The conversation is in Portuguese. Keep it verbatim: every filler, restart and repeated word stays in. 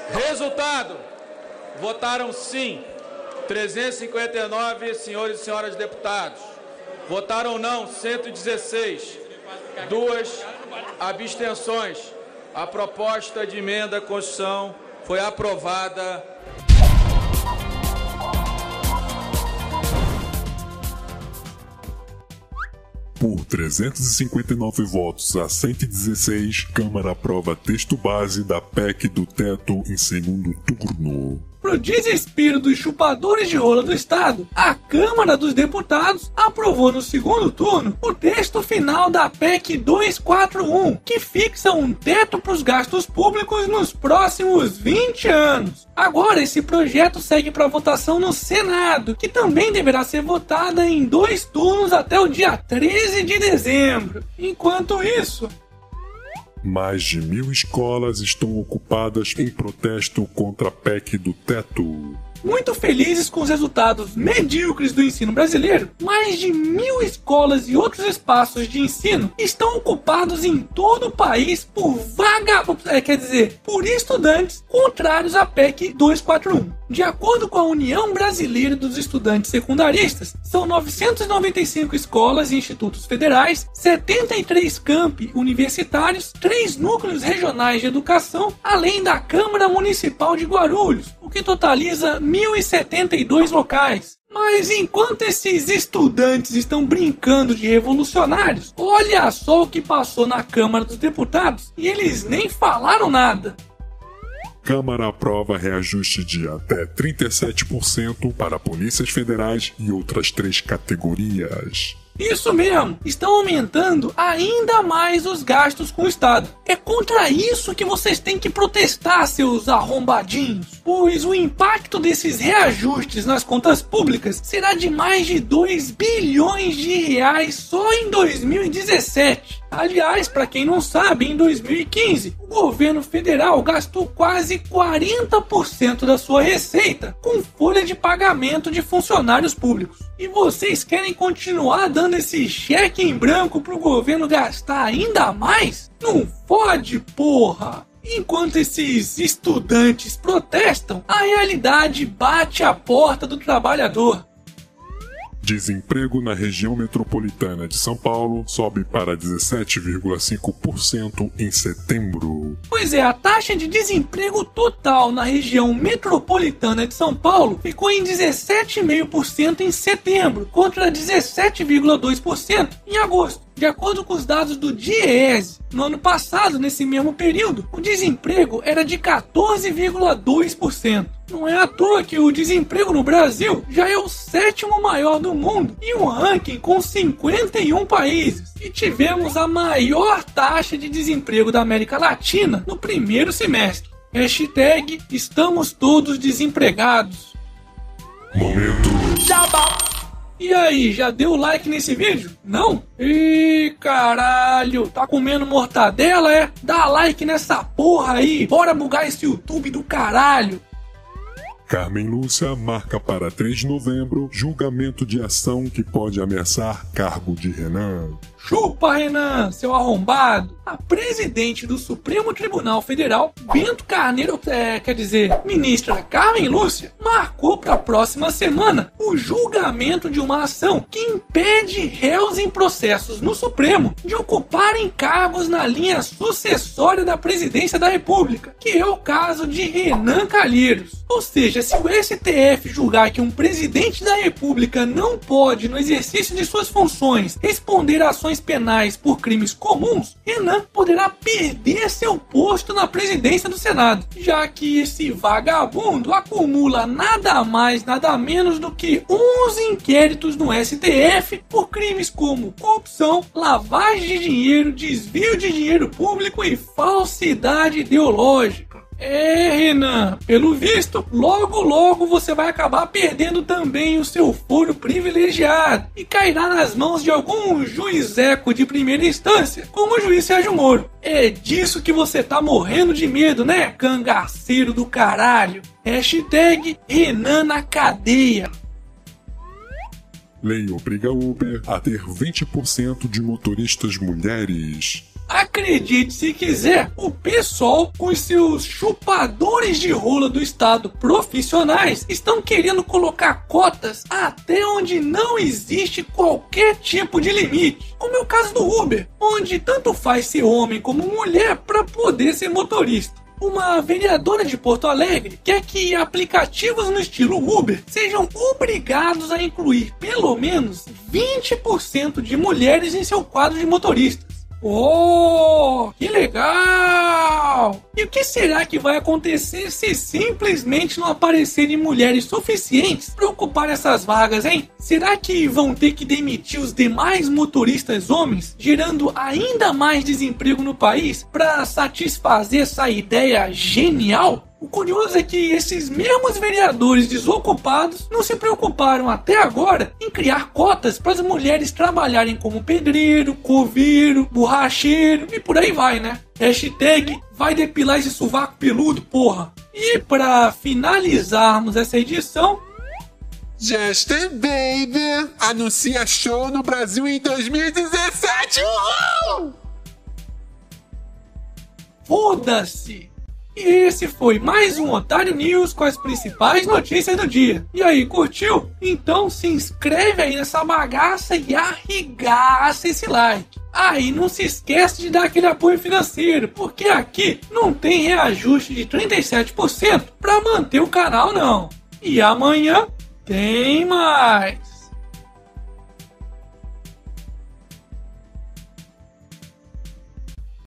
Resultado: votaram sim, trezentos e cinquenta e nove senhores e senhoras deputados. Votaram não, cento e dezesseis. Duas abstenções. A proposta de emenda à Constituição foi aprovada. Por trezentos e cinquenta e nove votos a cento e dezesseis, Câmara aprova texto base da P E C do teto em segundo turno. Pro desespero dos chupadores de rola do Estado, a Câmara dos Deputados aprovou no segundo turno o texto final da P E C duzentos e quarenta e um, que fixa um teto para os gastos públicos nos próximos vinte anos. Agora esse projeto segue para votação no Senado, que também deverá ser votada em dois turnos até o dia treze de dezembro. Enquanto isso, mais de mil escolas estão ocupadas em protesto contra a P E C do teto. Muito felizes com os resultados medíocres do ensino brasileiro, mais de mil escolas e outros espaços de ensino estão ocupados em todo o país por vaga, é, quer dizer, por estudantes contrários à P E C duzentos e quarenta e um. De acordo com a União Brasileira dos Estudantes Secundaristas, são novecentas e noventa e cinco escolas e institutos federais, setenta e três campi universitários, três núcleos regionais de educação, além da Câmara Municipal de Guarulhos, o que totaliza mil e setenta e dois locais. Mas enquanto esses estudantes estão brincando de revolucionários, olha só o que passou na Câmara dos Deputados e eles nem falaram nada. Câmara aprova reajuste de até trinta e sete por cento para polícias federais e outras três categorias. Isso mesmo, estão aumentando ainda mais os gastos com o Estado. É contra isso que vocês têm que protestar, seus arrombadinhos, pois o impacto desses reajustes nas contas públicas será de mais de dois bilhões de reais só em dois mil e dezessete. Aliás, para quem não sabe, em dois mil e quinze, o governo federal gastou quase quarenta por cento da sua receita com folha de pagamento de funcionários públicos. E vocês querem continuar dando esse cheque em branco pro governo gastar ainda mais? Não fode, porra! Enquanto esses estudantes protestam, a realidade bate à porta do trabalhador. Desemprego na região metropolitana de São Paulo sobe para dezessete vírgula cinco por cento em setembro. Pois é, a taxa de desemprego total na região metropolitana de São Paulo ficou em dezessete vírgula cinco por cento em setembro, contra dezessete vírgula dois por cento em agosto. De acordo com os dados do DIEESE, no ano passado, nesse mesmo período, o desemprego era de quatorze vírgula dois por cento. Não é à toa que o desemprego no Brasil já é o sétimo maior do mundo, em um ranking com cinquenta e um países. E tivemos a maior taxa de desemprego da América Latina no primeiro semestre. Hashtag estamos todos desempregados. Momento Jabá. E aí, já deu like nesse vídeo? Não? Ih, caralho, tá comendo mortadela, é? Dá like nessa porra aí, bora bugar esse YouTube do caralho. Carmen Lúcia marca para três de novembro julgamento de ação que pode ameaçar cargo de Renan. Chupa, Renan, seu arrombado! A presidente do Supremo Tribunal Federal, Bento Carneiro, é, quer dizer, ministra Carmen Lúcia, marcou para a próxima semana o julgamento de uma ação que impede réus em processos no Supremo de ocuparem cargos na linha sucessória da presidência da República, que é o caso de Renan Calheiros. Ou seja, se o S T F julgar que um presidente da República não pode, no exercício de suas funções, responder a ações penais por crimes comuns, Renan poderá perder seu posto na presidência do Senado, já que esse vagabundo acumula nada mais, nada menos do que onze inquéritos no S T F por crimes como corrupção, lavagem de dinheiro, desvio de dinheiro público e falsidade ideológica. É, Renan, pelo visto, logo logo você vai acabar perdendo também o seu foro privilegiado e cairá nas mãos de algum juizeco de primeira instância, como o juiz Sérgio Moro. É disso que você tá morrendo de medo, né, cangaceiro do caralho? Hashtag Renan na cadeia. Lei obriga Uber a ter vinte por cento de motoristas mulheres. Acredite se quiser, o pessoal com os seus chupadores de rola do estado profissionais estão querendo colocar cotas até onde não existe qualquer tipo de limite. Como é o caso do Uber, onde tanto faz ser homem como mulher para poder ser motorista. Uma vereadora de Porto Alegre quer que aplicativos no estilo Uber sejam obrigados a incluir pelo menos vinte por cento de mulheres em seu quadro de motoristas. Oh, que legal! E o que será que vai acontecer se simplesmente não aparecerem mulheres suficientes para ocupar essas vagas, hein? Será que vão ter que demitir os demais motoristas homens, gerando ainda mais desemprego no país para satisfazer essa ideia genial? O curioso é que esses mesmos vereadores desocupados não se preocuparam até agora em criar cotas para as mulheres trabalharem como pedreiro, coveiro, borracheiro e por aí vai, né? Hashtag vai depilar esse sovaco peludo, porra! E para finalizarmos essa edição... Justin Bieber anuncia show no Brasil em dois mil e dezessete! Uhul! Foda-se! E esse foi mais um Otário News com as principais notícias do dia. E aí, curtiu? Então se inscreve aí nessa bagaça e arregaça esse like. Ah, e não se esquece de dar aquele apoio financeiro, porque aqui não tem reajuste de trinta e sete por cento para manter o canal não. E amanhã tem mais.